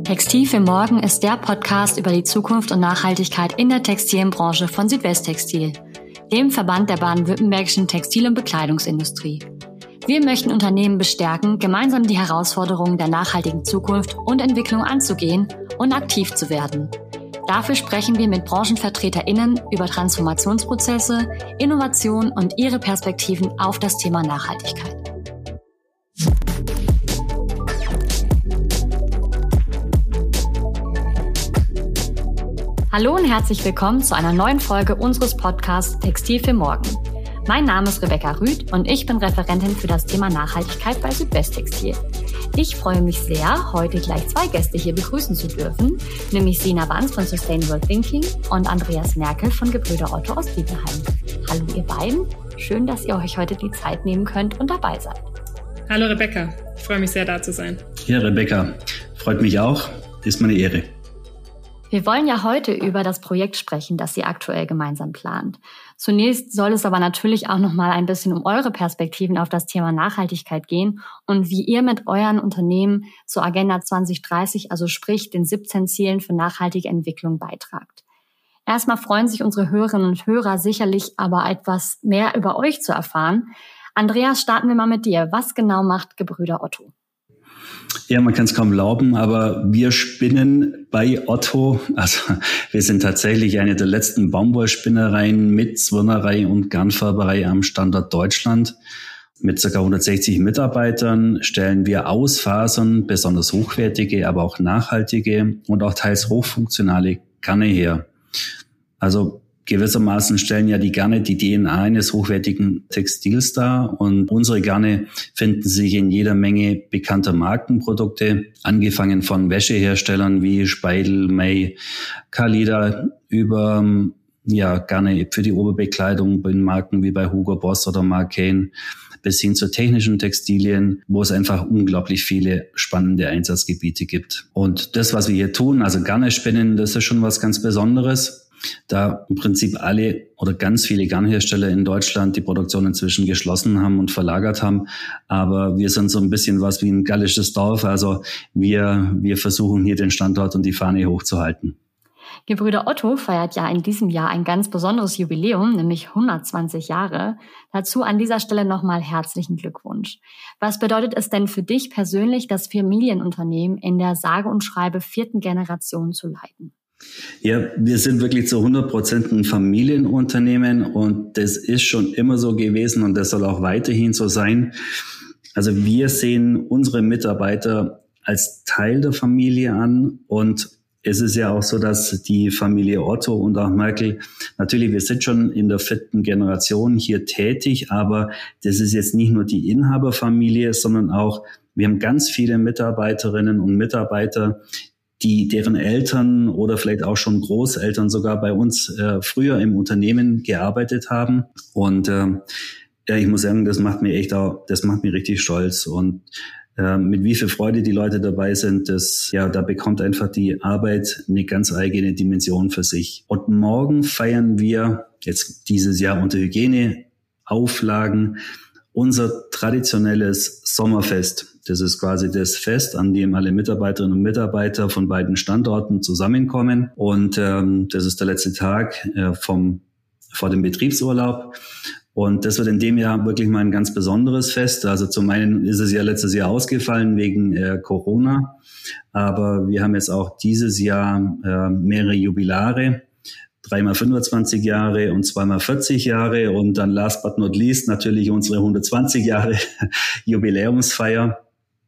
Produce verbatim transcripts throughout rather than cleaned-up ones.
Textil für morgen ist der Podcast über die Zukunft und Nachhaltigkeit in der Textilbranche von Südwesttextil, dem Verband der baden-württembergischen Textil- und Bekleidungsindustrie. Wir möchten Unternehmen bestärken, gemeinsam die Herausforderungen der nachhaltigen Zukunft und Entwicklung anzugehen und aktiv zu werden. Dafür sprechen wir mit BranchenvertreterInnen über Transformationsprozesse, Innovation und ihre Perspektiven auf das Thema Nachhaltigkeit. Hallo und herzlich willkommen zu einer neuen Folge unseres Podcasts Textil für morgen. Mein Name ist Rebecca Rüth und ich bin Referentin für das Thema Nachhaltigkeit bei Südwesttextil. Ich freue mich sehr, heute gleich zwei Gäste hier begrüßen zu dürfen, nämlich Sina Banz von Sustainable Thinking und Andreas Merkel von Gebrüder Otto aus Bietigheim. Hallo ihr beiden, schön, dass ihr euch heute die Zeit nehmen könnt und dabei seid. Hallo Rebecca, ich freue mich sehr, da zu sein. Ja, Rebecca, freut mich auch, ist mir eine Ehre. Wir wollen ja heute über das Projekt sprechen, das ihr aktuell gemeinsam plant. Zunächst soll es aber natürlich auch noch mal ein bisschen um eure Perspektiven auf das Thema Nachhaltigkeit gehen und wie ihr mit euren Unternehmen zur Agenda zwanzig dreißig, also sprich den siebzehn Zielen für nachhaltige Entwicklung, beitragt. Erstmal freuen sich unsere Hörerinnen und Hörer sicherlich aber etwas mehr über euch zu erfahren. Andreas, starten wir mal mit dir. Was genau macht Gebrüder Otto? Ja, man kann es kaum glauben, aber wir spinnen bei Otto, also wir sind tatsächlich eine der letzten Baumwollspinnereien mit Zwirnerei und Garnfärberei am Standort Deutschland. Mit ca. hundertsechzig Mitarbeitern stellen wir aus Fasern besonders hochwertige, aber auch nachhaltige und auch teils hochfunktionale Garne her. Also gewissermaßen stellen ja die Garne die D N A eines hochwertigen Textils dar und unsere Garne finden sich in jeder Menge bekannter Markenprodukte, angefangen von Wäscheherstellern wie Speidel, May, Kalida über ja Garne für die Oberbekleidung in Marken wie bei Hugo Boss oder Mark Cain bis hin zu technischen Textilien, wo es einfach unglaublich viele spannende Einsatzgebiete gibt. Und das, was wir hier tun, also Garne spinnen, das ist schon was ganz Besonderes. Da im Prinzip alle oder ganz viele Garnhersteller in Deutschland die Produktion inzwischen geschlossen haben und verlagert haben. Aber wir sind so ein bisschen was wie ein gallisches Dorf. Also wir, wir versuchen hier den Standort und die Fahne hochzuhalten. Gebrüder Otto feiert ja in diesem Jahr ein ganz besonderes Jubiläum, nämlich hundertzwanzig Jahre. Dazu an dieser Stelle nochmal herzlichen Glückwunsch. Was bedeutet es denn für dich persönlich, das Familienunternehmen in der sage und schreibe vierten Generation zu leiten? Ja, wir sind wirklich zu hundert Prozent ein Familienunternehmen und das ist schon immer so gewesen und das soll auch weiterhin so sein. Also wir sehen unsere Mitarbeiter als Teil der Familie an und es ist ja auch so, dass die Familie Otto und auch Merkel, natürlich, wir sind schon in der vierten Generation hier tätig, aber das ist jetzt nicht nur die Inhaberfamilie, sondern auch, wir haben ganz viele Mitarbeiterinnen und Mitarbeiter, die deren Eltern oder vielleicht auch schon Großeltern sogar bei uns äh, früher im Unternehmen gearbeitet haben. Und äh, ja, ich muss sagen, das macht mir echt auch, das macht mich richtig stolz. Und äh, mit wie viel Freude die Leute dabei sind, das, ja, da bekommt einfach die Arbeit eine ganz eigene Dimension für sich. Und morgen feiern wir jetzt dieses Jahr unter Hygieneauflagen unser traditionelles Sommerfest. Das ist quasi das Fest, an dem alle Mitarbeiterinnen und Mitarbeiter von beiden Standorten zusammenkommen. Und ähm, das ist der letzte Tag äh, vom vor dem Betriebsurlaub. Und das wird in dem Jahr wirklich mal ein ganz besonderes Fest. Also zum einen ist es ja letztes Jahr ausgefallen wegen äh, Corona. Aber wir haben jetzt auch dieses Jahr äh, mehrere Jubilare. Dreimal fünfundzwanzig Jahre und zweimal vierzig Jahre und dann last but not least natürlich unsere hundertzwanzig Jahre Jubiläumsfeier.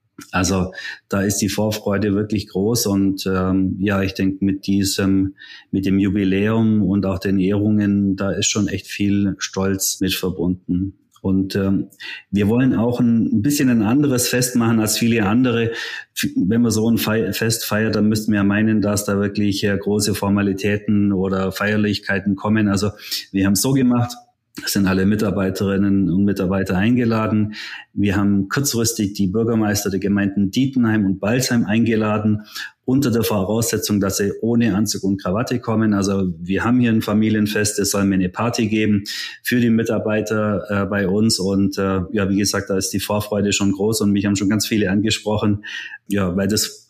Also da ist die Vorfreude wirklich groß und ähm, ja, ich denke mit diesem, mit dem Jubiläum und auch den Ehrungen, da ist schon echt viel Stolz mit verbunden. Und ähm, wir wollen auch ein, ein bisschen ein anderes Fest machen als viele andere. Wenn man so ein Fe- Fest feiert, dann müssten wir ja meinen, dass da wirklich äh, große Formalitäten oder Feierlichkeiten kommen. Also wir haben es so gemacht, es sind alle Mitarbeiterinnen und Mitarbeiter eingeladen. Wir haben kurzfristig die Bürgermeister der Gemeinden Dietenheim und Balzheim eingeladen, unter der Voraussetzung, dass sie ohne Anzug und Krawatte kommen. Also wir haben hier ein Familienfest, es soll mir eine Party geben für die Mitarbeiter äh, bei uns. Und äh, ja, wie gesagt, da ist die Vorfreude schon groß und mich haben schon ganz viele angesprochen, ja, weil das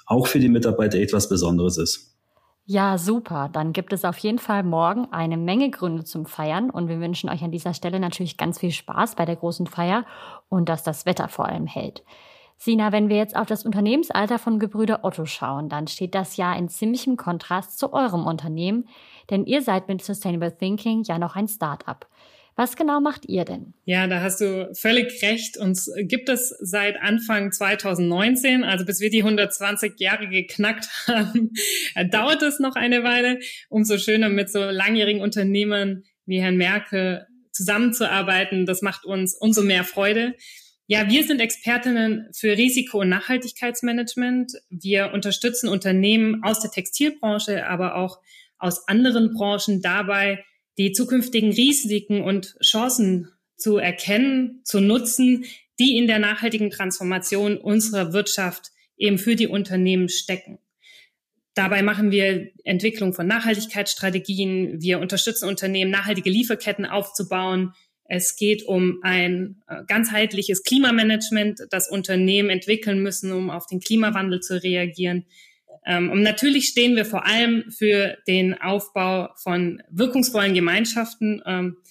auch für die Mitarbeiter etwas Besonderes ist. Ja, super. Dann gibt es auf jeden Fall morgen eine Menge Gründe zum Feiern und wir wünschen euch an dieser Stelle natürlich ganz viel Spaß bei der großen Feier und dass das Wetter vor allem hält. Sina, wenn wir jetzt auf das Unternehmensalter von Gebrüder Otto schauen, dann steht das ja in ziemlichem Kontrast zu eurem Unternehmen, denn ihr seid mit Sustainable Thinking ja noch ein Start-up. Was genau macht ihr denn? Ja, da hast du völlig recht. Uns gibt es seit Anfang zwanzig neunzehn, also bis wir die hundertzwanzig Jahre geknackt haben, dauert es noch eine Weile. Umso schöner, mit so langjährigen Unternehmern wie Herrn Merkel zusammenzuarbeiten. Das macht uns umso mehr Freude. Ja, wir sind Expertinnen für Risiko- und Nachhaltigkeitsmanagement. Wir unterstützen Unternehmen aus der Textilbranche, aber auch aus anderen Branchen dabei, die zukünftigen Risiken und Chancen zu erkennen, zu nutzen, die in der nachhaltigen Transformation unserer Wirtschaft eben für die Unternehmen stecken. Dabei machen wir Entwicklung von Nachhaltigkeitsstrategien. Wir unterstützen Unternehmen, nachhaltige Lieferketten aufzubauen. Es geht um ein ganzheitliches Klimamanagement, das Unternehmen entwickeln müssen, um auf den Klimawandel zu reagieren. Und natürlich stehen wir vor allem für den Aufbau von wirkungsvollen Gemeinschaften,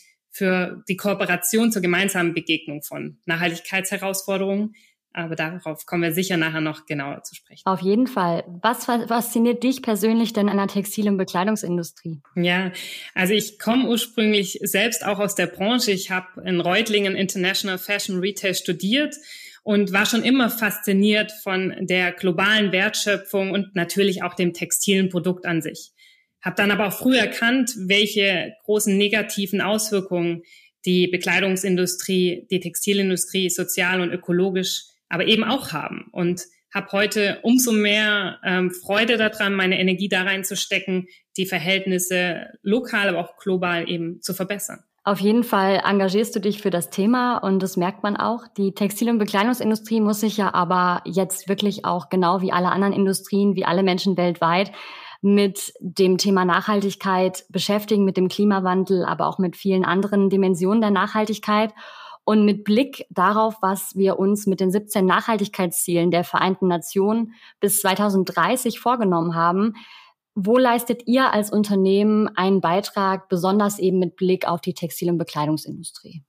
für die Kooperation zur gemeinsamen Begegnung von Nachhaltigkeitsherausforderungen. Aber darauf kommen wir sicher nachher noch genauer zu sprechen. Auf jeden Fall. Was fasziniert dich persönlich denn an der Textil- und Bekleidungsindustrie? Ja, also ich komme ursprünglich selbst auch aus der Branche. Ich habe in Reutlingen International Fashion Retail studiert und war schon immer fasziniert von der globalen Wertschöpfung und natürlich auch dem textilen Produkt an sich. Habe dann aber auch früh erkannt, welche großen negativen Auswirkungen die Bekleidungsindustrie, die Textilindustrie sozial und ökologisch aber eben auch haben. Und habe heute umso mehr ähm, Freude daran, meine Energie da reinzustecken, die Verhältnisse lokal, aber auch global eben zu verbessern. Auf jeden Fall engagierst du dich für das Thema und das merkt man auch. Die Textil- und Bekleidungsindustrie muss sich ja aber jetzt wirklich auch genau wie alle anderen Industrien, wie alle Menschen weltweit mit dem Thema Nachhaltigkeit beschäftigen, mit dem Klimawandel, aber auch mit vielen anderen Dimensionen der Nachhaltigkeit. Und mit Blick darauf, was wir uns mit den siebzehn Nachhaltigkeitszielen der Vereinten Nationen bis zweitausenddreißig vorgenommen haben, wo leistet ihr als Unternehmen einen Beitrag, besonders eben mit Blick auf die Textil- und Bekleidungsindustrie?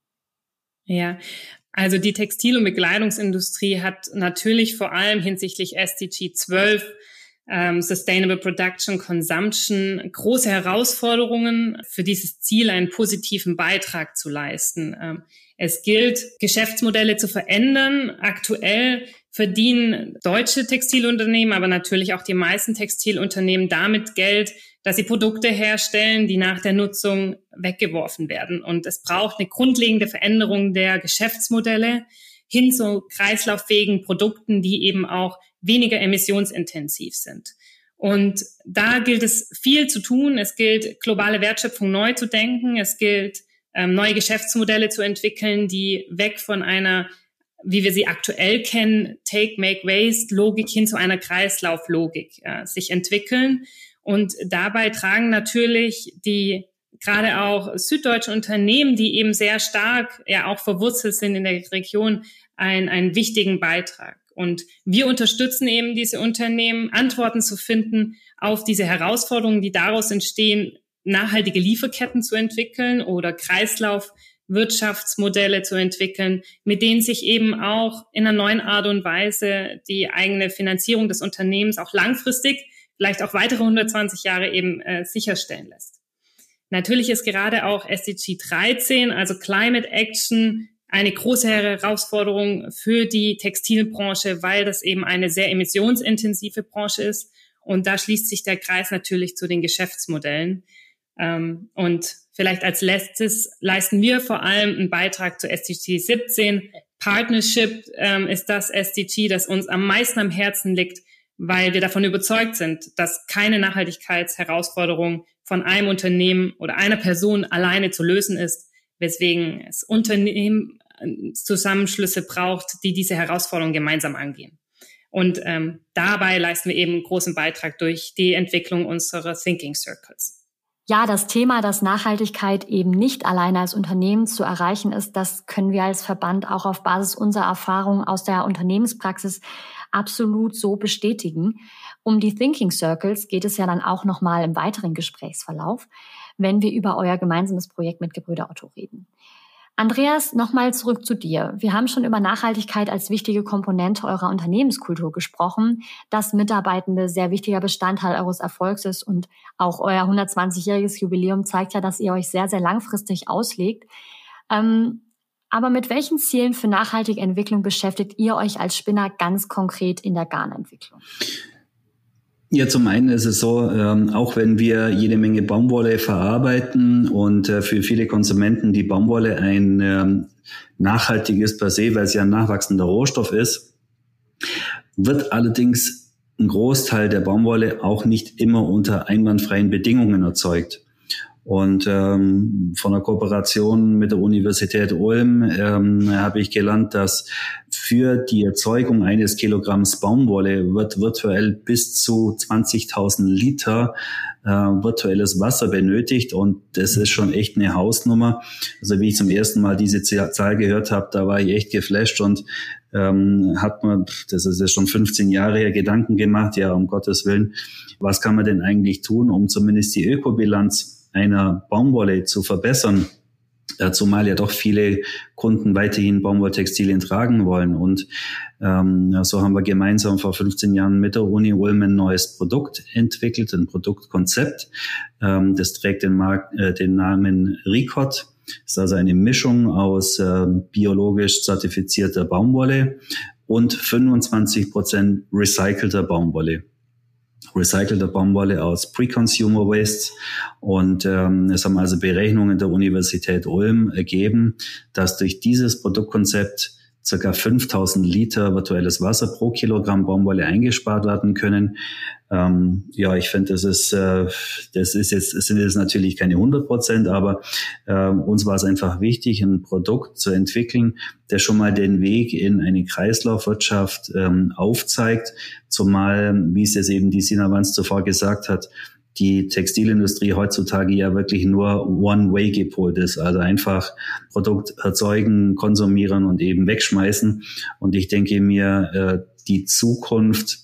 Ja, also die Textil- und Bekleidungsindustrie hat natürlich vor allem hinsichtlich S D G zwölf, ähm, Sustainable Production Consumption, große Herausforderungen, für dieses Ziel einen positiven Beitrag zu leisten. Ähm, es gilt, Geschäftsmodelle zu verändern. Aktuell verdienen deutsche Textilunternehmen, aber natürlich auch die meisten Textilunternehmen damit Geld, dass sie Produkte herstellen, die nach der Nutzung weggeworfen werden. Und es braucht eine grundlegende Veränderung der Geschäftsmodelle hin zu kreislauffähigen Produkten, die eben auch weniger emissionsintensiv sind. Und da gilt es viel zu tun. Es gilt, globale Wertschöpfung neu zu denken. Es gilt, ähm, neue Geschäftsmodelle zu entwickeln, die weg von einer, wie wir sie aktuell kennen, Take, Make, Waste Logik hin zu einer Kreislauflogik äh, sich entwickeln. Und dabei tragen natürlich die gerade auch süddeutsche Unternehmen, die eben sehr stark ja auch verwurzelt sind in der Region, einen, einen wichtigen Beitrag. Und wir unterstützen eben diese Unternehmen, Antworten zu finden auf diese Herausforderungen, die daraus entstehen, nachhaltige Lieferketten zu entwickeln oder Kreislaufwirtschaftsmodelle zu entwickeln, mit denen sich eben auch in einer neuen Art und Weise die eigene Finanzierung des Unternehmens auch langfristig, vielleicht auch weitere hundertzwanzig Jahre eben äh, sicherstellen lässt. Natürlich ist gerade auch S D G dreizehn, also Climate Action, eine große Herausforderung für die Textilbranche, weil das eben eine sehr emissionsintensive Branche ist. Und da schließt sich der Kreis natürlich zu den Geschäftsmodellen. Und vielleicht als letztes leisten wir vor allem einen Beitrag zu S D G siebzehn. Partnership ist das S D G, das uns am meisten am Herzen liegt, weil wir davon überzeugt sind, dass keine Nachhaltigkeitsherausforderung von einem Unternehmen oder einer Person alleine zu lösen ist, weswegen es Unternehmen Zusammenschlüsse braucht, die diese Herausforderungen gemeinsam angehen. Und ähm, dabei leisten wir eben einen großen Beitrag durch die Entwicklung unserer Thinking Circles. Ja, das Thema, dass Nachhaltigkeit eben nicht alleine als Unternehmen zu erreichen ist, das können wir als Verband auch auf Basis unserer Erfahrungen aus der Unternehmenspraxis absolut so bestätigen. Um die Thinking Circles geht es ja dann auch nochmal im weiteren Gesprächsverlauf, wenn wir über euer gemeinsames Projekt mit Gebrüder Otto reden. Andreas, nochmal zurück zu dir. Wir haben schon über Nachhaltigkeit als wichtige Komponente eurer Unternehmenskultur gesprochen, dass Mitarbeitende sehr wichtiger Bestandteil eures Erfolgs ist und auch euer hundertzwanzigjähriges Jubiläum zeigt ja, dass ihr euch sehr, sehr langfristig auslegt. Ähm, aber mit welchen Zielen für nachhaltige Entwicklung beschäftigt ihr euch als Spinner ganz konkret in der Garnentwicklung? Ja, zum einen ist es so, ähm, auch wenn wir jede Menge Baumwolle verarbeiten und äh, für viele Konsumenten die Baumwolle ein ähm, nachhaltig ist per se, weil sie ein nachwachsender Rohstoff ist, wird allerdings ein Großteil der Baumwolle auch nicht immer unter einwandfreien Bedingungen erzeugt. Und ähm, von der Kooperation mit der Universität Ulm ähm, habe ich gelernt, dass für die Erzeugung eines Kilogramms Baumwolle wird virtuell bis zu zwanzigtausend Liter äh, virtuelles Wasser benötigt. Und das ist schon echt eine Hausnummer. Also wie ich zum ersten Mal diese Zahl gehört habe, da war ich echt geflasht und ähm, hat man, das ist jetzt schon fünfzehn Jahre her, Gedanken gemacht, ja, um Gottes Willen, was kann man denn eigentlich tun, um zumindest die Ökobilanz einer Baumwolle zu verbessern, zumal ja doch viele Kunden weiterhin Baumwolltextilien tragen wollen. Und ähm, so haben wir gemeinsam vor fünfzehn Jahren mit der Uni Ulm ein neues Produkt entwickelt, ein Produktkonzept. Ähm, das trägt den, Mark- äh, den Namen Recot. Das ist also eine Mischung aus äh, biologisch zertifizierter Baumwolle und fünfundzwanzig Prozent recycelter Baumwolle. recycelte Baumwolle aus Pre-Consumer Wastes. Und ähm, es haben also Berechnungen der Universität Ulm ergeben, dass durch dieses Produktkonzept ca. fünftausend Liter virtuelles Wasser pro Kilogramm Baumwolle eingespart werden können. Ähm, ja, ich finde, das ist, äh, das ist jetzt, es sind jetzt natürlich keine hundert Prozent, aber äh, uns war es einfach wichtig, ein Produkt zu entwickeln, der schon mal den Weg in eine Kreislaufwirtschaft ähm, aufzeigt, zumal, wie es jetzt eben die Sina Wanz zuvor gesagt hat, die Textilindustrie heutzutage ja wirklich nur One-Way gepolt ist, also einfach Produkt erzeugen, konsumieren und eben wegschmeißen. Und ich denke mir, äh, die Zukunft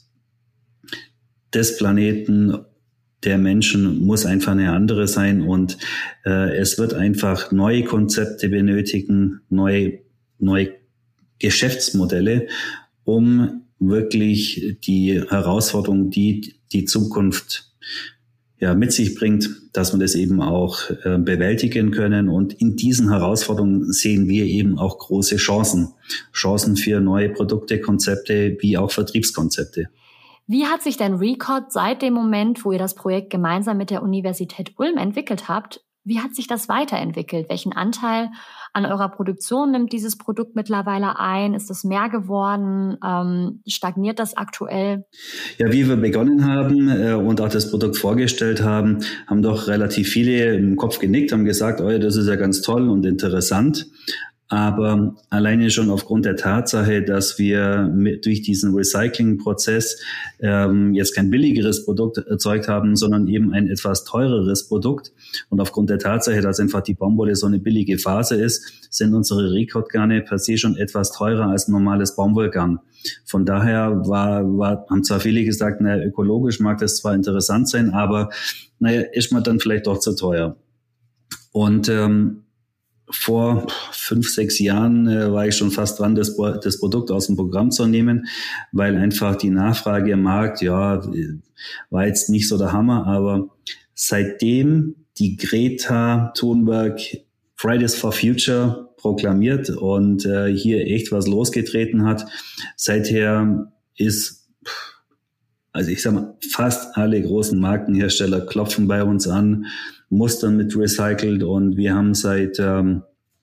des Planeten, der Menschen muss einfach eine andere sein und äh, es wird einfach neue Konzepte benötigen, neue, neue Geschäftsmodelle, um wirklich die Herausforderung, die die Zukunft ja mit sich bringt, dass wir das eben auch äh, bewältigen können. Und in diesen Herausforderungen sehen wir eben auch große Chancen. Chancen für neue Produkte, Konzepte, wie auch Vertriebskonzepte. Wie hat sich denn Recot seit dem Moment, wo ihr das Projekt gemeinsam mit der Universität Ulm entwickelt habt, wie hat sich das weiterentwickelt? Welchen Anteil an eurer Produktion nimmt dieses Produkt mittlerweile ein? Ist es mehr geworden? Ähm, stagniert das aktuell? Ja, wie wir begonnen haben äh, und auch das Produkt vorgestellt haben, haben doch relativ viele im Kopf genickt, haben gesagt, oh ja, das ist ja ganz toll und interessant. Aber alleine schon aufgrund der Tatsache, dass wir mit, durch diesen Recycling-Prozess ähm, jetzt kein billigeres Produkt erzeugt haben, sondern eben ein etwas teureres Produkt. Und aufgrund der Tatsache, dass einfach die Baumwolle so eine billige Faser ist, sind unsere Recot-Garne per se schon etwas teurer als ein normales Baumwollgarn. Von daher war, war, haben zwar viele gesagt, naja, ökologisch mag das zwar interessant sein, aber naja, ist man dann vielleicht doch zu teuer. Und ähm, vor fünf, sechs Jahren äh, war ich schon fast dran, das, das Produkt aus dem Programm zu nehmen, weil einfach die Nachfrage im Markt, ja, war jetzt nicht so der Hammer, aber seitdem die Greta Thunberg Fridays for Future proklamiert und äh, hier echt was losgetreten hat, seither ist, also ich sag mal, fast alle großen Markenhersteller klopfen bei uns an, Mustern mit recycelt und wir haben seit ähm,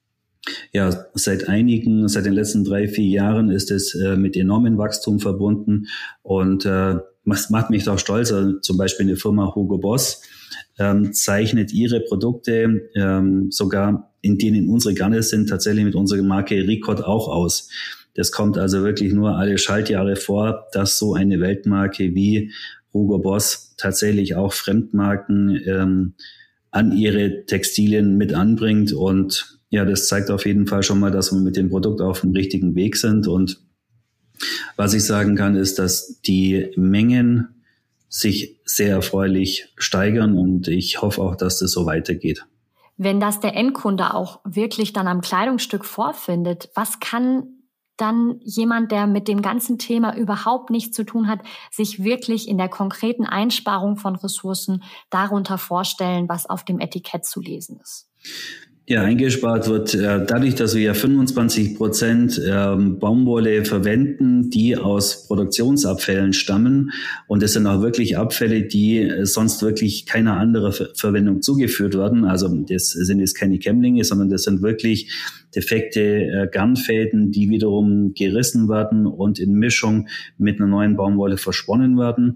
ja seit einigen, seit den letzten drei, vier Jahren ist es äh, mit enormem Wachstum verbunden und äh, das macht mich doch stolz. Also zum Beispiel eine Firma Hugo Boss ähm, zeichnet ihre Produkte ähm, sogar, in denen unsere Garne sind, tatsächlich mit unserer Marke Recot auch aus. Das kommt also wirklich nur alle Schaltjahre vor, dass so eine Weltmarke wie Hugo Boss tatsächlich auch Fremdmarken ähm, an ihre Textilien mit anbringt. Und ja, das zeigt auf jeden Fall schon mal, dass wir mit dem Produkt auf dem richtigen Weg sind. Und was ich sagen kann, ist, dass die Mengen sich sehr erfreulich steigern und ich hoffe auch, dass das so weitergeht. Wenn das der Endkunde auch wirklich dann am Kleidungsstück vorfindet, was kann dann jemand, der mit dem ganzen Thema überhaupt nichts zu tun hat, sich wirklich in der konkreten Einsparung von Ressourcen darunter vorstellen, was auf dem Etikett zu lesen ist? Ja, eingespart wird äh, dadurch, dass wir ja fünfundzwanzig Prozent äh, Baumwolle verwenden, die aus Produktionsabfällen stammen. Und das sind auch wirklich Abfälle, die äh, sonst wirklich keiner anderen Ver- Verwendung zugeführt werden. Also das sind jetzt keine Kämmlinge, sondern das sind wirklich defekte äh, Garnfäden, die wiederum gerissen werden und in Mischung mit einer neuen Baumwolle versponnen werden.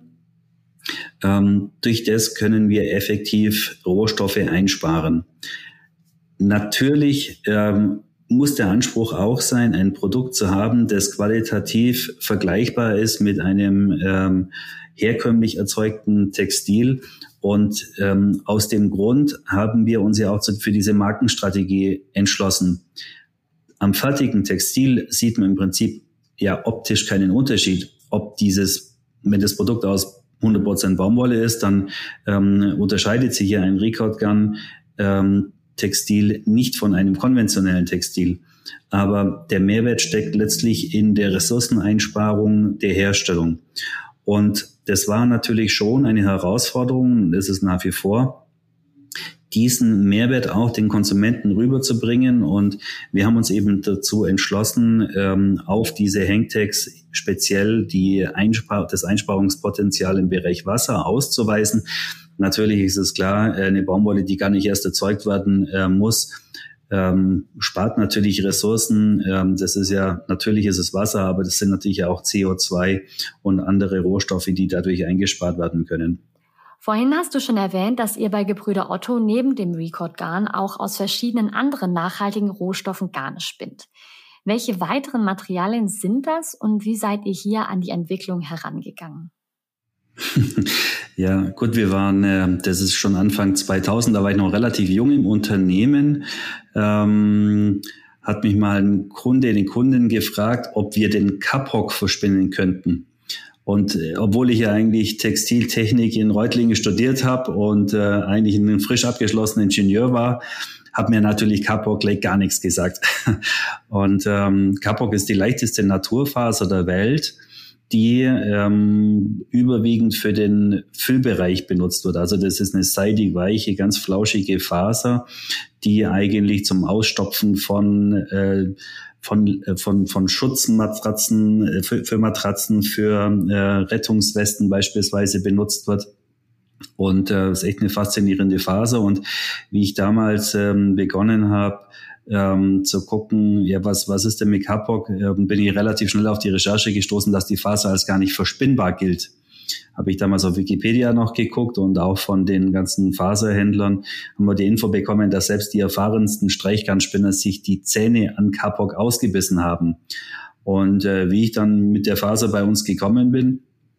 Ähm, durch das können wir effektiv Rohstoffe einsparen. Natürlich ähm, muss der Anspruch auch sein, ein Produkt zu haben, das qualitativ vergleichbar ist mit einem ähm, herkömmlich erzeugten Textil. Und ähm, aus dem Grund haben wir uns ja auch für diese Markenstrategie entschlossen. Am fertigen Textil sieht man im Prinzip ja optisch keinen Unterschied, ob dieses, wenn das Produkt aus hundert Prozent Baumwolle ist, dann ähm, unterscheidet sich ja ein Record-Garn ähm, Textil nicht von einem konventionellen Textil. Aber der Mehrwert steckt letztlich in der Ressourceneinsparung der Herstellung. Und das war natürlich schon eine Herausforderung, das ist nach wie vor, diesen Mehrwert auch den Konsumenten rüberzubringen. Und wir haben uns eben dazu entschlossen, ähm, auf diese Hangtags speziell die Einspar- das Einsparungspotenzial im Bereich Wasser auszuweisen. Natürlich ist es klar, eine Baumwolle, die gar nicht erst erzeugt werden äh, muss, ähm, spart natürlich Ressourcen. Ähm, das ist ja, natürlich ist es Wasser, aber das sind natürlich auch C O zwei und andere Rohstoffe, die dadurch eingespart werden können. Vorhin hast du schon erwähnt, dass ihr bei Gebrüder Otto neben dem Record-Garn auch aus verschiedenen anderen nachhaltigen Rohstoffen Garne spinnt. Welche weiteren Materialien sind das und wie seid ihr hier an die Entwicklung herangegangen? Ja, gut, wir waren, äh, das ist schon Anfang zweitausend, da war ich noch relativ jung im Unternehmen, ähm, hat mich mal ein Kunde, eine Kundin gefragt, ob wir den Kapok verspinnen könnten. Und äh, obwohl ich ja eigentlich Textiltechnik in Reutlingen studiert habe und äh, eigentlich ein frisch abgeschlossener Ingenieur war, hat mir natürlich Kapok gleich gar nichts gesagt. Und ähm, Kapok ist die leichteste Naturfaser der Welt, die ähm, überwiegend für den Füllbereich benutzt wird. Also das ist eine seidig weiche, ganz flauschige Faser, die eigentlich zum Ausstopfen von äh, von von von Schutzmatratzen äh, für, für Matratzen, für äh, Rettungswesten beispielsweise benutzt wird. Und äh, ist echt eine faszinierende Faser. Und wie ich damals ähm, begonnen habe, Ähm, zu gucken, ja, was, was ist denn mit Kapok, ähm, bin ich relativ schnell auf die Recherche gestoßen, dass die Faser als gar nicht verspinnbar gilt. Habe ich damals auf Wikipedia noch geguckt und auch von den ganzen Faserhändlern haben wir die Info bekommen, dass selbst die erfahrensten Streichgarnspinner sich die Zähne an Kapok ausgebissen haben. Und äh, wie ich dann mit der Faser bei uns gekommen bin,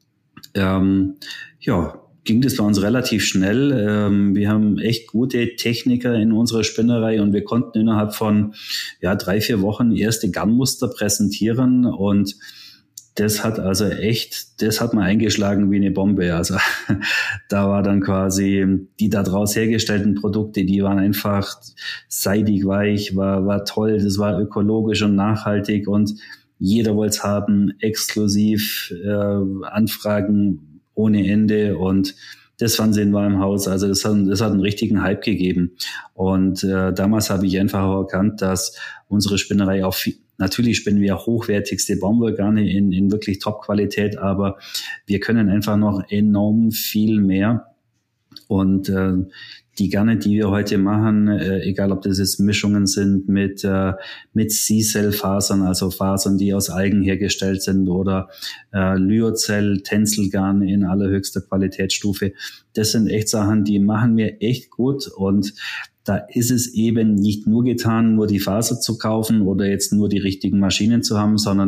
ähm, ja, ging das bei uns relativ schnell. Ähm, wir haben echt gute Techniker in unserer Spinnerei und wir konnten innerhalb von ja drei, vier Wochen erste Garnmuster präsentieren und das hat also echt, das hat man eingeschlagen wie eine Bombe. Also da war dann quasi die da draus hergestellten Produkte, die waren einfach seidig weich, war, war toll, das war ökologisch und nachhaltig und jeder wollte es haben, exklusiv äh, Anfragen ohne Ende und das Fernsehen war im Haus. Also das hat, das hat einen richtigen Hype gegeben. Und äh, damals habe ich einfach auch erkannt, dass unsere Spinnerei auch viel, natürlich spinnen wir hochwertigste Baumwollgarne in, in wirklich Top-Qualität, aber wir können einfach noch enorm viel mehr. Und äh, die Garne, die wir heute machen, äh, egal ob das jetzt Mischungen sind mit äh, mit C-Cell-Fasern, also Fasern, die aus Algen hergestellt sind, oder äh, Lyocell-Tenselgarn in allerhöchster Qualitätsstufe, das sind echt Sachen, die machen wir echt gut. Und da ist es eben nicht nur getan, nur die Faser zu kaufen oder jetzt nur die richtigen Maschinen zu haben, sondern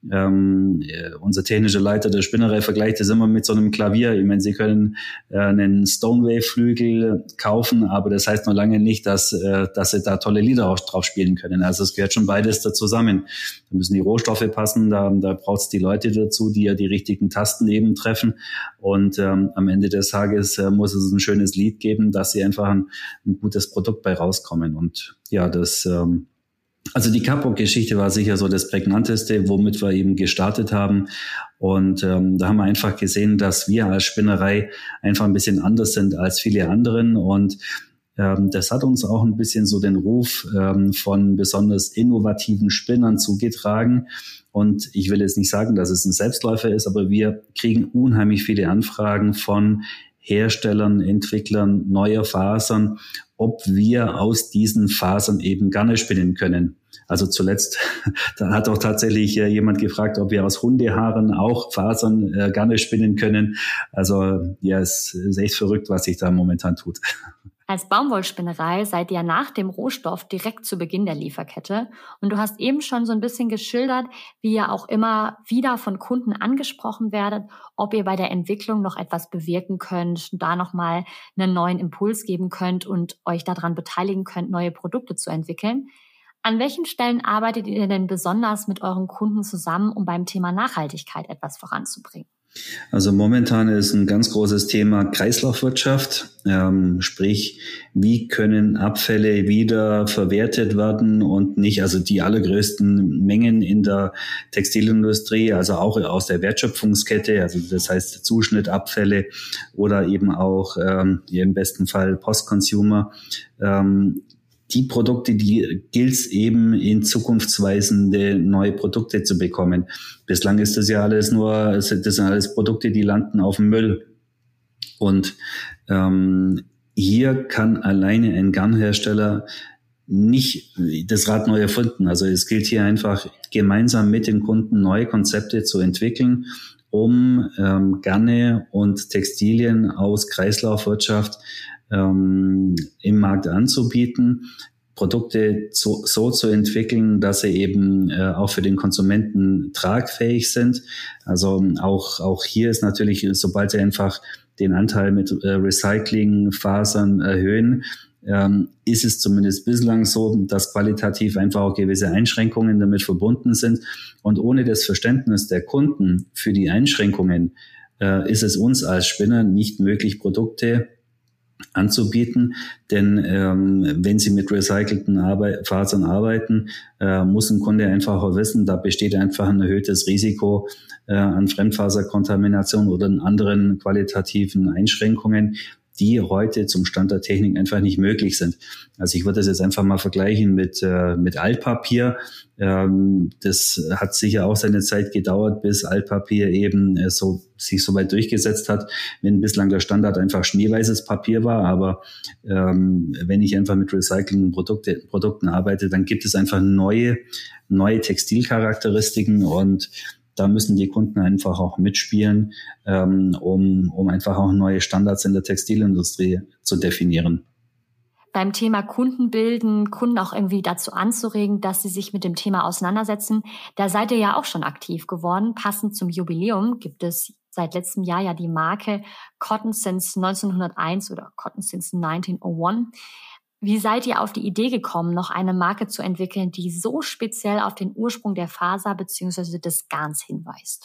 Ähm, unser technischer Leiter der Spinnerei vergleicht das immer mit so einem Klavier. Ich meine, Sie können äh, einen Stonewave-Flügel kaufen, aber das heißt noch lange nicht, dass, äh, dass Sie da tolle Lieder auch drauf spielen können. Also es gehört schon beides da zusammen. Da müssen die Rohstoffe passen, da, da braucht es die Leute dazu, die ja die richtigen Tasten eben treffen. Und ähm, am Ende des Tages äh, muss es ein schönes Lied geben, dass Sie einfach ein, ein gutes Produkt bei rauskommen. Und ja, das... Ähm, Also die Kapok-Geschichte war sicher so das Prägnanteste, womit wir eben gestartet haben. Und ähm, da haben wir einfach gesehen, dass wir als Spinnerei einfach ein bisschen anders sind als viele anderen. Und ähm, das hat uns auch ein bisschen so den Ruf ähm, von besonders innovativen Spinnern zugetragen. Und ich will jetzt nicht sagen, dass es ein Selbstläufer ist, aber wir kriegen unheimlich viele Anfragen von Herstellern, Entwicklern neuer Fasern, ob wir aus diesen Fasern eben Garne spinnen können. Also zuletzt, da hat auch tatsächlich äh, jemand gefragt, ob wir aus Hundehaaren auch Fasern äh, Garne spinnen können. Also ja, es ist echt verrückt, was sich da momentan tut. Als Baumwollspinnerei seid ihr nach dem Rohstoff direkt zu Beginn der Lieferkette. Und du hast eben schon so ein bisschen geschildert, wie ihr auch immer wieder von Kunden angesprochen werdet, ob ihr bei der Entwicklung noch etwas bewirken könnt, da nochmal einen neuen Impuls geben könnt und euch daran beteiligen könnt, neue Produkte zu entwickeln. An welchen Stellen arbeitet ihr denn besonders mit euren Kunden zusammen, um beim Thema Nachhaltigkeit etwas voranzubringen? Also momentan ist ein ganz großes Thema Kreislaufwirtschaft, ähm, sprich, wie können Abfälle wieder verwertet werden und nicht, also die allergrößten Mengen in der Textilindustrie, also auch aus der Wertschöpfungskette, also das heißt Zuschnittabfälle oder eben auch ähm, im besten Fall Post-Consumer, ähm, die Produkte, die gilt es eben in zukunftsweisende neue Produkte zu bekommen. Bislang ist das ja alles nur, das sind alles Produkte, die landen auf dem Müll. Und ähm, hier kann alleine ein Garnhersteller nicht das Rad neu erfinden. Also es gilt hier einfach gemeinsam mit den Kunden neue Konzepte zu entwickeln, um ähm, Garne und Textilien aus Kreislaufwirtschaft ähm, im Markt anzubieten, Produkte so, so zu entwickeln, dass sie eben äh, auch für den Konsumenten tragfähig sind. Also auch auch hier ist natürlich, sobald sie einfach den Anteil mit äh, Recyclingfasern erhöhen, ähm, ist es zumindest bislang so, dass qualitativ einfach auch gewisse Einschränkungen damit verbunden sind. Und ohne das Verständnis der Kunden für die Einschränkungen äh, ist es uns als Spinner nicht möglich, Produkte anzubieten, denn ähm, wenn Sie mit recycelten Arbeit, Fasern arbeiten, äh, muss ein Kunde einfach auch wissen, da besteht einfach ein erhöhtes Risiko äh, an Fremdfaserkontamination oder an anderen qualitativen Einschränkungen, die heute zum Stand der Technik einfach nicht möglich sind. Also ich würde das jetzt einfach mal vergleichen mit äh, mit Altpapier. Ähm, das hat sicher auch seine Zeit gedauert, bis Altpapier eben äh, so sich so weit durchgesetzt hat, wenn bislang der Standard einfach schneeweißes Papier war. Aber ähm, wenn ich einfach mit recycelten Produkte, Produkten arbeite, dann gibt es einfach neue neue Textilcharakteristiken und da müssen die Kunden einfach auch mitspielen, ähm, um, um einfach auch neue Standards in der Textilindustrie zu definieren. Beim Thema Kunden bilden, Kunden auch irgendwie dazu anzuregen, dass sie sich mit dem Thema auseinandersetzen, da seid ihr ja auch schon aktiv geworden. Passend zum Jubiläum gibt es seit letztem Jahr ja die Marke Cotton Since neunzehnhunderteins oder Cotton Since neunzehnhunderteins. Wie seid ihr auf die Idee gekommen, noch eine Marke zu entwickeln, die so speziell auf den Ursprung der Faser bzw. des Garns hinweist?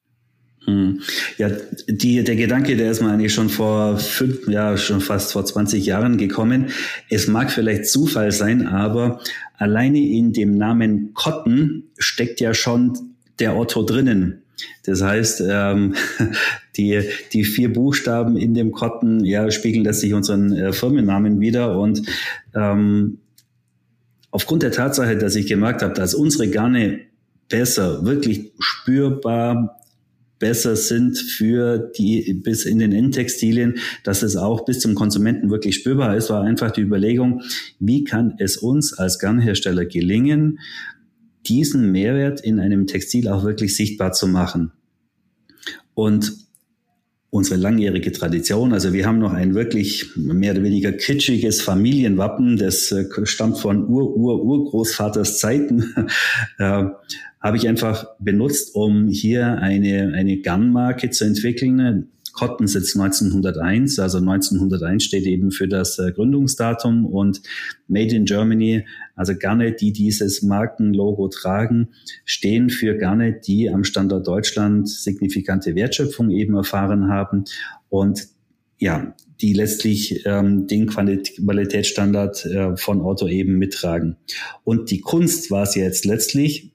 Hm. Ja, die, der Gedanke, der ist mir eigentlich schon vor fünf, ja, schon fast vor zwanzig Jahren gekommen. Es mag vielleicht Zufall sein, aber alleine in dem Namen Cotton steckt ja schon der Otto drinnen. Das heißt, ähm, die die vier Buchstaben in dem Cotton ja spiegeln letztlich unseren äh, Firmennamen wider. Und ähm, aufgrund der Tatsache, dass ich gemerkt habe, dass unsere Garne besser, wirklich spürbar besser sind für die bis in den Endtextilien, dass es auch bis zum Konsumenten wirklich spürbar ist, war einfach die Überlegung, wie kann es uns als Garnhersteller gelingen, diesen Mehrwert in einem Textil auch wirklich sichtbar zu machen. Und unsere langjährige Tradition. Also wir haben noch ein wirklich mehr oder weniger kitschiges Familienwappen, das äh, stammt von Ur-Ur-Urgroßvaters Zeiten, äh, habe ich einfach benutzt, um hier eine, eine Garnmarke zu entwickeln. Cotton sitzt neunzehnhunderteins, also neunzehnhunderteins steht eben für das äh, Gründungsdatum und Made in Germany, also Garne, die dieses Markenlogo tragen, stehen für Garne, die am Standort Deutschland signifikante Wertschöpfung eben erfahren haben und ja, die letztlich ähm, den Qualitätsstandard äh, von Otto eben mittragen. Und die Kunst war es jetzt letztlich,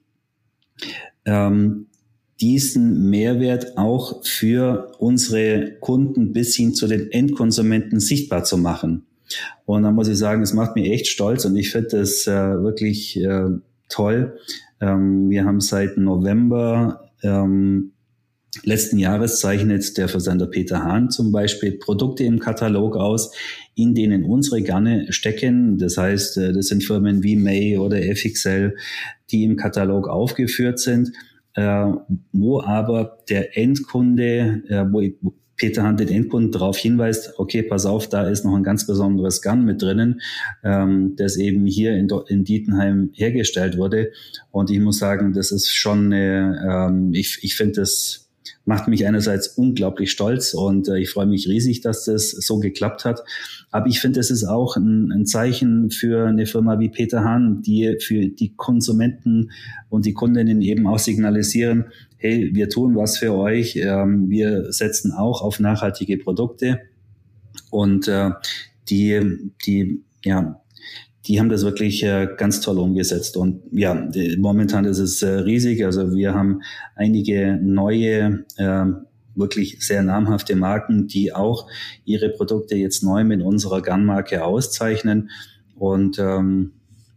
ähm, diesen Mehrwert auch für unsere Kunden bis hin zu den Endkonsumenten sichtbar zu machen. Und da muss ich sagen, es macht mich echt stolz und ich finde das äh, wirklich äh, toll. Ähm, wir haben seit November ähm, letzten Jahres zeichnet der Versender Peter Hahn zum Beispiel Produkte im Katalog aus, in denen unsere Garne stecken. Das heißt, äh, das sind Firmen wie May oder F X L, die im Katalog aufgeführt sind. Äh, wo aber der Endkunde, äh, wo Peter Hahn den Endkunden darauf hinweist, okay, pass auf, da ist noch ein ganz besonderes Garn mit drinnen, ähm, das eben hier in, in Dietenheim hergestellt wurde. Und ich muss sagen, das ist schon, äh, ähm, ich, ich finde, das macht mich einerseits unglaublich stolz und äh, ich freue mich riesig, dass das so geklappt hat. Aber ich finde, es ist auch ein, ein Zeichen für eine Firma wie Peter Hahn, die für die Konsumenten und die Kundinnen eben auch signalisieren, hey, wir tun was für euch, ähm, wir setzen auch auf nachhaltige Produkte und äh, die, die, ja, die haben das wirklich äh, ganz toll umgesetzt. Und ja, die, momentan ist es äh, riesig. Also wir haben einige neue, äh, wirklich sehr namhafte Marken, die auch ihre Produkte jetzt neu mit unserer Garnmarke auszeichnen. Und ähm,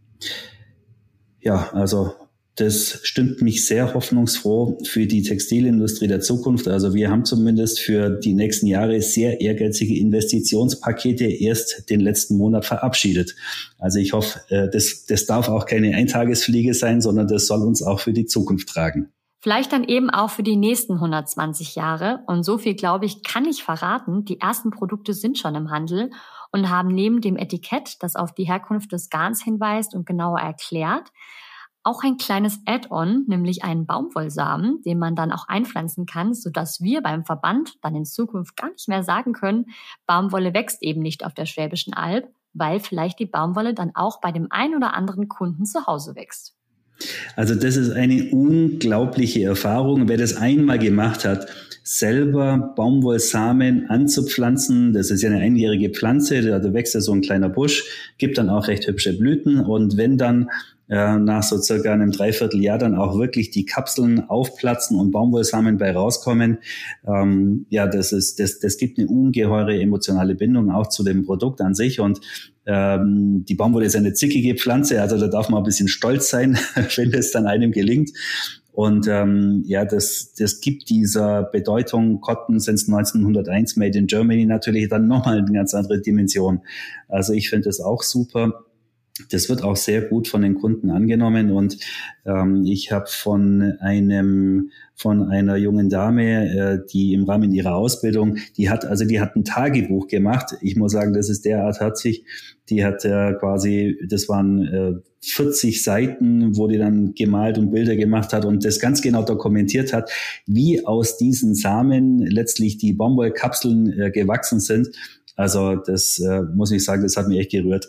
ja, also das stimmt mich sehr hoffnungsfroh für die Textilindustrie der Zukunft. Also wir haben zumindest für die nächsten Jahre sehr ehrgeizige Investitionspakete erst den letzten Monat verabschiedet. Also ich hoffe, das, das darf auch keine Eintagesfliege sein, sondern das soll uns auch für die Zukunft tragen. Vielleicht dann eben auch für die nächsten hundertzwanzig Jahre. Und so viel, glaube ich, kann ich verraten. Die ersten Produkte sind schon im Handel und haben neben dem Etikett, das auf die Herkunft des Garns hinweist und genauer erklärt, auch ein kleines Add-on, nämlich einen Baumwollsamen, den man dann auch einpflanzen kann, sodass wir beim Verband dann in Zukunft gar nicht mehr sagen können, Baumwolle wächst eben nicht auf der Schwäbischen Alb, weil vielleicht die Baumwolle dann auch bei dem einen oder anderen Kunden zu Hause wächst. Also das ist eine unglaubliche Erfahrung. Wer das einmal gemacht hat, selber Baumwollsamen anzupflanzen, das ist ja eine einjährige Pflanze, da wächst ja so ein kleiner Busch, gibt dann auch recht hübsche Blüten und wenn dann äh, nach so circa einem Dreivierteljahr dann auch wirklich die Kapseln aufplatzen und Baumwollsamen bei rauskommen, ähm, ja, das ist, das, das gibt eine ungeheure emotionale Bindung auch zu dem Produkt an sich und ähm, die Baumwolle ist eine zickige Pflanze, also da darf man ein bisschen stolz sein, wenn es dann einem gelingt. Und ähm, ja, das, das gibt dieser Bedeutung Cotton since neunzehnhunderteins Made in Germany natürlich dann nochmal eine ganz andere Dimension. Also ich finde das auch super. Das wird auch sehr gut von den Kunden angenommen und ähm, ich habe von einem von einer jungen Dame, äh, die im Rahmen ihrer Ausbildung, die hat also die hat ein Tagebuch gemacht. Ich muss sagen, das ist derart herzig. Die hat äh, quasi, das waren äh, vierzig Seiten, wo die dann gemalt und Bilder gemacht hat und das ganz genau dokumentiert hat, wie aus diesen Samen letztlich die Baumwollkapseln äh, gewachsen sind. Also das äh, muss ich sagen, das hat mich echt gerührt.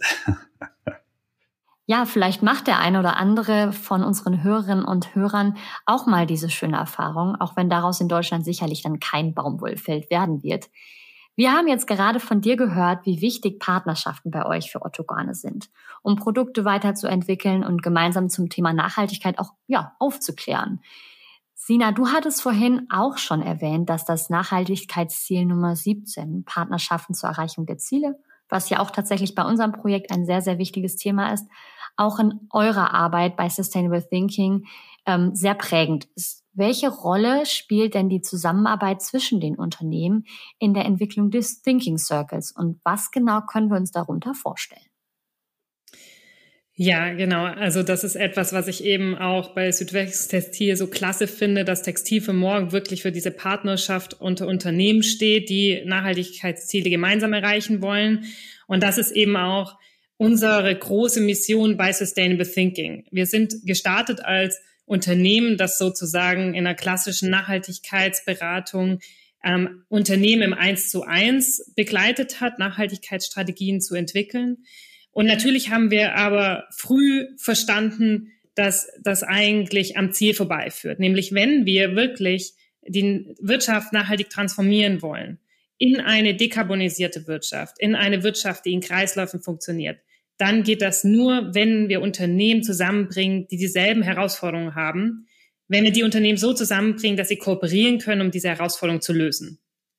Ja, vielleicht macht der eine oder andere von unseren Hörerinnen und Hörern auch mal diese schöne Erfahrung, auch wenn daraus in Deutschland sicherlich dann kein Baumwollfeld werden wird. Wir haben jetzt gerade von dir gehört, wie wichtig Partnerschaften bei euch für Otto Garne sind, um Produkte weiterzuentwickeln und gemeinsam zum Thema Nachhaltigkeit auch ja, aufzuklären. Sina, du hattest vorhin auch schon erwähnt, dass das Nachhaltigkeitsziel Nummer siebzehn, Partnerschaften zur Erreichung der Ziele, was ja auch tatsächlich bei unserem Projekt ein sehr, sehr wichtiges Thema ist, auch in eurer Arbeit bei Sustainable Thinking ähm, sehr prägend ist. Welche Rolle spielt denn die Zusammenarbeit zwischen den Unternehmen in der Entwicklung des Thinking Circles und was genau können wir uns darunter vorstellen? Ja, genau. Also das ist etwas, was ich eben auch bei Südwest Textil so klasse finde, dass Textil für morgen wirklich für diese Partnerschaft unter Unternehmen steht, die Nachhaltigkeitsziele gemeinsam erreichen wollen. Und das ist eben auch unsere große Mission bei Sustainable Thinking. Wir sind gestartet als Unternehmen, das sozusagen in einer klassischen Nachhaltigkeitsberatung ähm, Unternehmen im Eins zu eins begleitet hat, Nachhaltigkeitsstrategien zu entwickeln. Und natürlich haben wir aber früh verstanden, dass das eigentlich am Ziel vorbeiführt. Nämlich wenn wir wirklich die Wirtschaft nachhaltig transformieren wollen, in eine dekarbonisierte Wirtschaft, in eine Wirtschaft, die in Kreisläufen funktioniert, dann geht das nur, wenn wir Unternehmen zusammenbringen, die dieselben Herausforderungen haben, wenn wir die Unternehmen so zusammenbringen, dass sie kooperieren können, um diese Herausforderung zu lösen.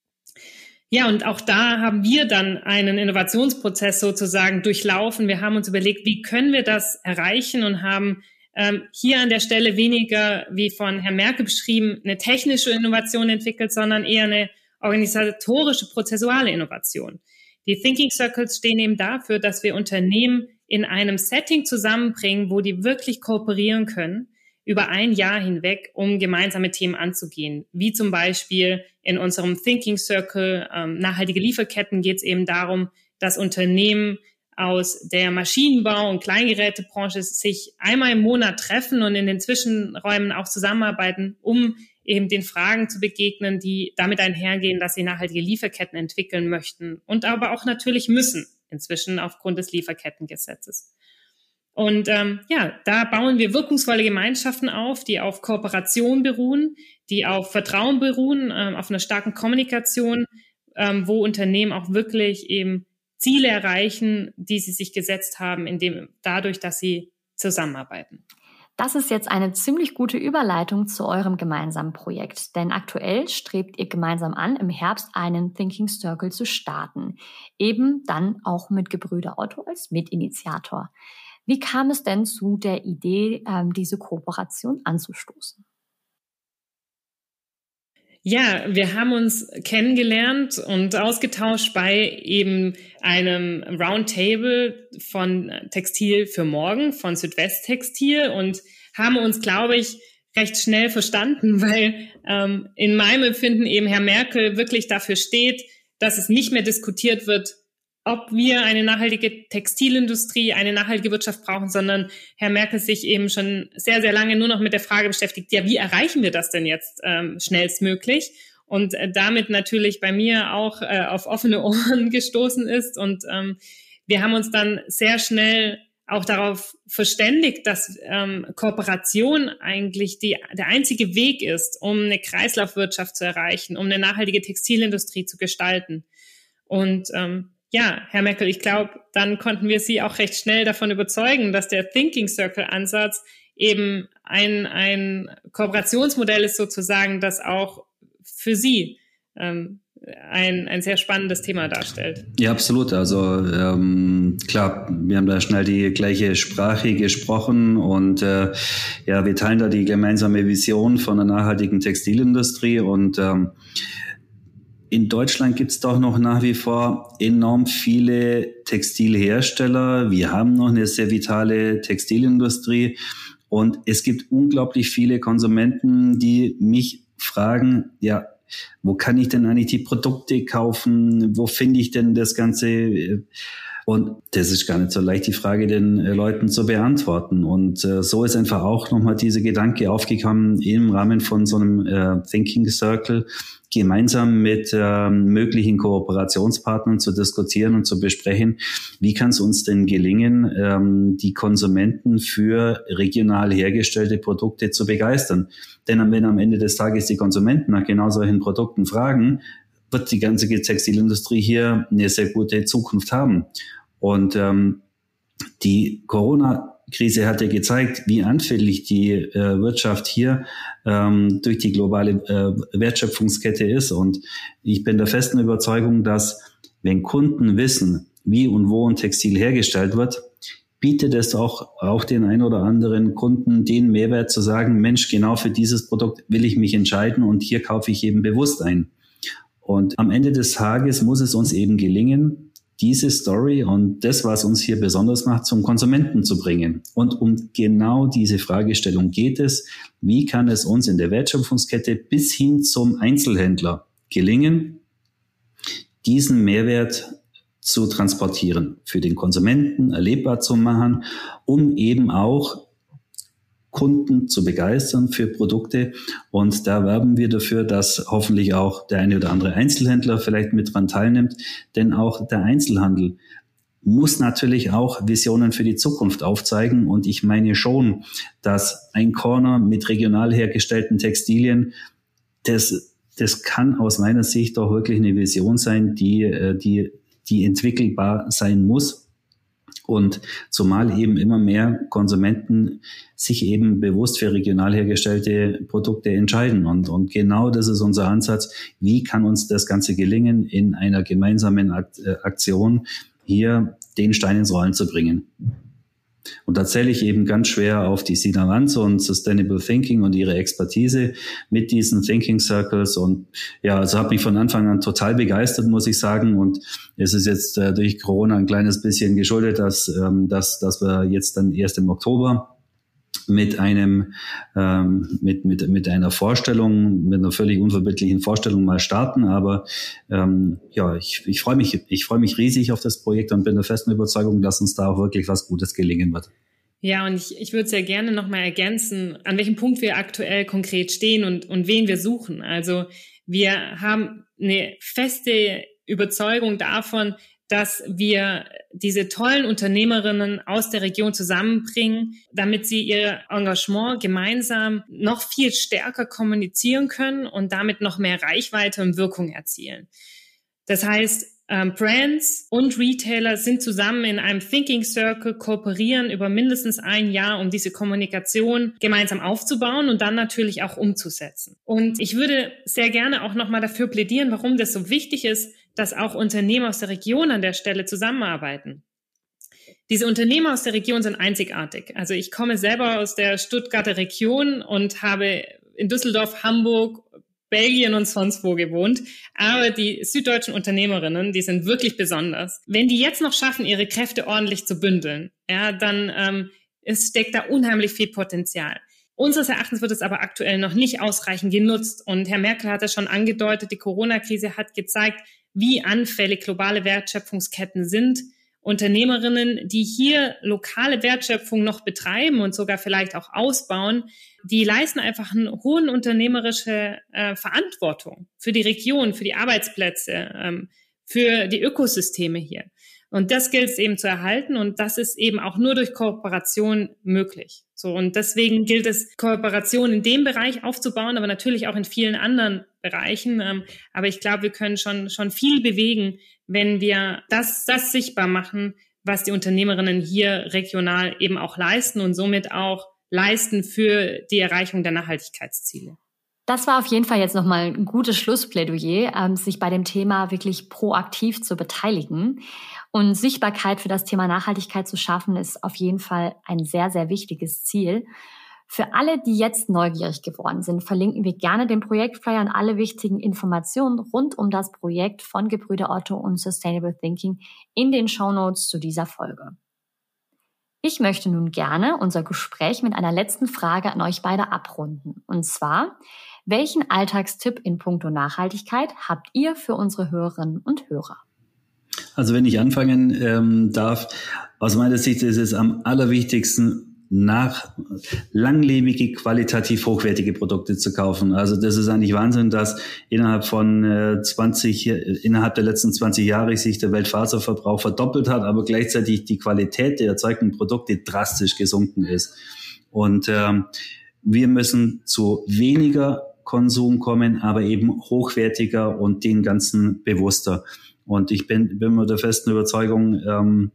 Ja, und auch da haben wir dann einen Innovationsprozess sozusagen durchlaufen. Wir haben uns überlegt, wie können wir das erreichen und haben ähm, hier an der Stelle weniger, wie von Herrn Merkel beschrieben, eine technische Innovation entwickelt, sondern eher eine organisatorische, prozessuale Innovation. Die Thinking Circles stehen eben dafür, dass wir Unternehmen in einem Setting zusammenbringen, wo die wirklich kooperieren können, über ein Jahr hinweg, um gemeinsame Themen anzugehen. Wie zum Beispiel in unserem Thinking Circle ähm, nachhaltige Lieferketten geht es eben darum, dass Unternehmen aus der Maschinenbau- und Kleingerätebranche sich einmal im Monat treffen und in den Zwischenräumen auch zusammenarbeiten, um eben den Fragen zu begegnen, die damit einhergehen, dass sie nachhaltige Lieferketten entwickeln möchten und aber auch natürlich müssen, inzwischen aufgrund des Lieferkettengesetzes. Und ähm, ja, da bauen wir wirkungsvolle Gemeinschaften auf, die auf Kooperation beruhen, die auf Vertrauen beruhen, ähm, auf einer starken Kommunikation, ähm, wo Unternehmen auch wirklich eben Ziele erreichen, die sie sich gesetzt haben, indem dadurch, dass sie zusammenarbeiten. Das ist jetzt eine ziemlich gute Überleitung zu eurem gemeinsamen Projekt, denn aktuell strebt ihr gemeinsam an, im Herbst einen Thinking Circle zu starten, eben dann auch mit Gebrüder Otto als Mitinitiator. Wie kam es denn zu der Idee, diese Kooperation anzustoßen? Ja, wir haben uns kennengelernt und ausgetauscht bei eben einem Roundtable von Textil für morgen, von Südwest Textil und haben uns, glaube ich, recht schnell verstanden, weil ähm, in meinem Empfinden eben Herr Merkel wirklich dafür steht, dass es nicht mehr diskutiert wird, ob wir eine nachhaltige Textilindustrie, eine nachhaltige Wirtschaft brauchen, sondern Herr Merkel sich eben schon sehr, sehr lange nur noch mit der Frage beschäftigt, ja, wie erreichen wir das denn jetzt ähm, schnellstmöglich? Und äh, damit natürlich bei mir auch äh, auf offene Ohren gestoßen ist. Und ähm, wir haben uns dann sehr schnell auch darauf verständigt, dass ähm, Kooperation eigentlich die, der einzige Weg ist, um eine Kreislaufwirtschaft zu erreichen, um eine nachhaltige Textilindustrie zu gestalten. Und ähm, ja, Herr Merkel, ich glaube, dann konnten wir Sie auch recht schnell davon überzeugen, dass der Thinking Circle Ansatz eben ein, ein Kooperationsmodell ist sozusagen, das auch für Sie ähm, ein, ein sehr spannendes Thema darstellt. Ja, absolut. Also ähm, klar, wir haben da schnell die gleiche Sprache gesprochen und äh, ja, wir teilen da die gemeinsame Vision von einer nachhaltigen Textilindustrie und ähm, in Deutschland gibt es doch noch nach wie vor enorm viele Textilhersteller. Wir haben noch eine sehr vitale Textilindustrie und es gibt unglaublich viele Konsumenten, die mich fragen, ja, wo kann ich denn eigentlich die Produkte kaufen? Wo finde ich denn das Ganze? Und das ist gar nicht so leicht, die Frage den äh, Leuten zu beantworten. Und äh, so ist einfach auch nochmal dieser Gedanke aufgekommen, im Rahmen von so einem äh, Thinking Circle gemeinsam mit äh, möglichen Kooperationspartnern zu diskutieren und zu besprechen, wie kann es uns denn gelingen, ähm, die Konsumenten für regional hergestellte Produkte zu begeistern. Denn wenn am Ende des Tages die Konsumenten nach genau solchen Produkten fragen, wird die ganze Textilindustrie hier eine sehr gute Zukunft haben. Und ähm, die Corona-Krise hat ja gezeigt, wie anfällig die äh, Wirtschaft hier ähm, durch die globale äh, Wertschöpfungskette ist. Und ich bin der festen Überzeugung, dass wenn Kunden wissen, wie und wo ein Textil hergestellt wird, bietet es auch, auch den ein oder anderen Kunden den Mehrwert zu sagen, Mensch, genau für dieses Produkt will ich mich entscheiden und hier kaufe ich eben bewusst ein. Und am Ende des Tages muss es uns eben gelingen, diese Story und das, was uns hier besonders macht, zum Konsumenten zu bringen. Und um genau diese Fragestellung geht es. Wie kann es uns in der Wertschöpfungskette bis hin zum Einzelhändler gelingen, diesen Mehrwert zu transportieren, für den Konsumenten erlebbar zu machen, um eben auch Kunden zu begeistern für Produkte. Und da werben wir dafür, dass hoffentlich auch der eine oder andere Einzelhändler vielleicht mit dran teilnimmt. Denn auch der Einzelhandel muss natürlich auch Visionen für die Zukunft aufzeigen. Und ich meine schon, dass ein Corner mit regional hergestellten Textilien, das, das kann aus meiner Sicht doch wirklich eine Vision sein, die, die, die entwickelbar sein muss. Und zumal eben immer mehr Konsumenten sich eben bewusst für regional hergestellte Produkte entscheiden. Und, und genau das ist unser Ansatz. Wie kann uns das Ganze gelingen, in einer gemeinsamen Aktion hier den Stein ins Rollen zu bringen? Und da zähle ich eben ganz schwer auf die Sina Ranz und Sustainable Thinking und ihre Expertise mit diesen Thinking Circles. Und ja, also habe mich von Anfang an total begeistert, muss ich sagen. Und es ist jetzt äh, durch Corona ein kleines bisschen geschuldet, dass, ähm, dass, dass wir jetzt dann erst im Oktober mit einem ähm, mit mit mit einer Vorstellung, mit einer völlig unverbindlichen Vorstellung mal starten. Aber ähm, ja, ich ich freue mich ich freue mich riesig auf das Projekt und bin der festen Überzeugung, dass uns da auch wirklich was Gutes gelingen wird. Ja, und ich, ich würde sehr gerne nochmal ergänzen, an welchem Punkt wir aktuell konkret stehen und und wen wir suchen. Also wir haben eine feste Überzeugung davon, dass wir diese tollen Unternehmerinnen aus der Region zusammenbringen, damit sie ihr Engagement gemeinsam noch viel stärker kommunizieren können und damit noch mehr Reichweite und Wirkung erzielen. Das heißt, ähm, Brands und Retailer sind zusammen in einem Thinking Circle, kooperieren über mindestens ein Jahr, um diese Kommunikation gemeinsam aufzubauen und dann natürlich auch umzusetzen. Und ich würde sehr gerne auch nochmal dafür plädieren, warum das so wichtig ist, dass auch Unternehmen aus der Region an der Stelle zusammenarbeiten. Diese Unternehmen aus der Region sind einzigartig. Also ich komme selber aus der Stuttgarter Region und habe in Düsseldorf, Hamburg, Belgien und sonst wo gewohnt. Aber die süddeutschen Unternehmerinnen, die sind wirklich besonders. Wenn die jetzt noch schaffen, ihre Kräfte ordentlich zu bündeln, ja, dann ähm, es steckt da unheimlich viel Potenzial. Unseres Erachtens wird es aber aktuell noch nicht ausreichend genutzt. Und Herr Merkel hat es schon angedeutet, die Corona-Krise hat gezeigt, wie anfällig globale Wertschöpfungsketten sind. Unternehmerinnen, die hier lokale Wertschöpfung noch betreiben und sogar vielleicht auch ausbauen, die leisten einfach eine hohe unternehmerische äh, Verantwortung für die Region, für die Arbeitsplätze, ähm, für die Ökosysteme hier. Und das gilt es eben zu erhalten und das ist eben auch nur durch Kooperation möglich. So, und deswegen gilt es, Kooperation in dem Bereich aufzubauen, aber natürlich auch in vielen anderen Bereichen. Ähm, aber ich glaube, wir können schon, schon viel bewegen, wenn wir das, das sichtbar machen, was die Unternehmerinnen hier regional eben auch leisten und somit auch leisten für die Erreichung der Nachhaltigkeitsziele. Das war auf jeden Fall jetzt nochmal ein gutes Schlussplädoyer, ähm, sich bei dem Thema wirklich proaktiv zu beteiligen. Und Sichtbarkeit für das Thema Nachhaltigkeit zu schaffen, ist auf jeden Fall ein sehr, sehr wichtiges Ziel. Für alle, die jetzt neugierig geworden sind, verlinken wir gerne den Projektflyer und alle wichtigen Informationen rund um das Projekt von Gebrüder Otto und Sustainable Thinking in den Shownotes zu dieser Folge. Ich möchte nun gerne unser Gespräch mit einer letzten Frage an euch beide abrunden. Und zwar, welchen Alltagstipp in puncto Nachhaltigkeit habt ihr für unsere Hörerinnen und Hörer? Also wenn ich anfangen ähm, darf, aus meiner Sicht ist es am allerwichtigsten, nach langlebige, qualitativ hochwertige Produkte zu kaufen. Also das ist eigentlich Wahnsinn, dass innerhalb von äh, zwanzig, innerhalb der letzten zwanzig Jahre sich der Weltfaserverbrauch verdoppelt hat, aber gleichzeitig die Qualität der erzeugten Produkte drastisch gesunken ist. Und ähm, wir müssen zu weniger Konsum kommen, aber eben hochwertiger und den ganzen bewusster. Und ich bin, bin mir der festen Überzeugung, ähm,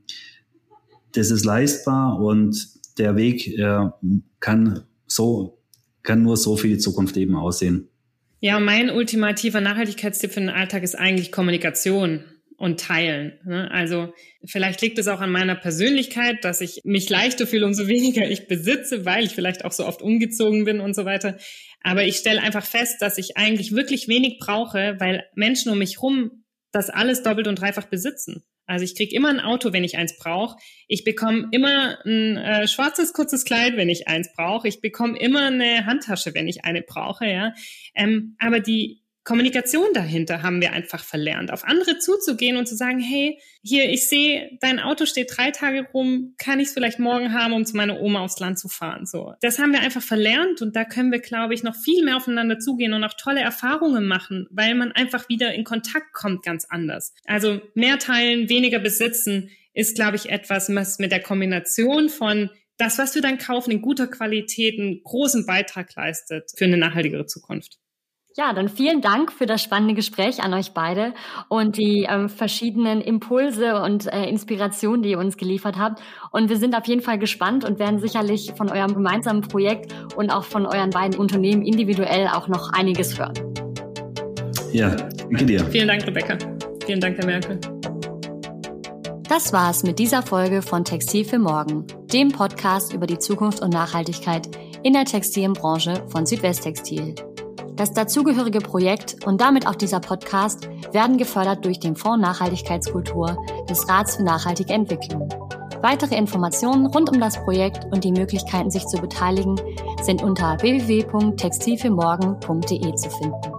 das ist leistbar und der Weg äh, kann so kann nur so für die Zukunft eben aussehen. Ja, mein ultimativer Nachhaltigkeitstipp für den Alltag ist eigentlich Kommunikation und Teilen. Ne? Also vielleicht liegt es auch an meiner Persönlichkeit, dass ich mich leichter fühle, umso weniger ich besitze, weil ich vielleicht auch so oft umgezogen bin und so weiter. Aber ich stelle einfach fest, dass ich eigentlich wirklich wenig brauche, weil Menschen um mich herum das alles doppelt und dreifach besitzen. Also ich kriege immer ein Auto, wenn ich eins brauche. Ich bekomme immer ein äh, schwarzes, kurzes Kleid, wenn ich eins brauche. Ich bekomme immer eine Handtasche, wenn ich eine brauche. Ja, ähm, aber die Kommunikation dahinter haben wir einfach verlernt, auf andere zuzugehen und zu sagen, hey, hier, ich sehe, dein Auto steht drei Tage rum, kann ich es vielleicht morgen haben, um zu meiner Oma aufs Land zu fahren? So, das haben wir einfach verlernt und da können wir, glaube ich, noch viel mehr aufeinander zugehen und auch tolle Erfahrungen machen, weil man einfach wieder in Kontakt kommt, ganz anders. Also mehr teilen, weniger besitzen ist, glaube ich, etwas, was mit der Kombination von das, was wir dann kaufen, in guter Qualität einen großen Beitrag leistet für eine nachhaltigere Zukunft. Ja, dann vielen Dank für das spannende Gespräch an euch beide und die ähm, verschiedenen Impulse und äh, Inspirationen, die ihr uns geliefert habt. Und wir sind auf jeden Fall gespannt und werden sicherlich von eurem gemeinsamen Projekt und auch von euren beiden Unternehmen individuell auch noch einiges hören. Ja, danke dir. Vielen Dank, Rebecca. Vielen Dank, Herr Merkel. Das war's mit dieser Folge von Textil für morgen, dem Podcast über die Zukunft und Nachhaltigkeit in der Textilbranche von Südwesttextil. Das dazugehörige Projekt und damit auch dieser Podcast werden gefördert durch den Fonds Nachhaltigkeitskultur des Rats für nachhaltige Entwicklung. Weitere Informationen rund um das Projekt und die Möglichkeiten, sich zu beteiligen, sind unter w w w punkt textil für morgen punkt d e zu finden.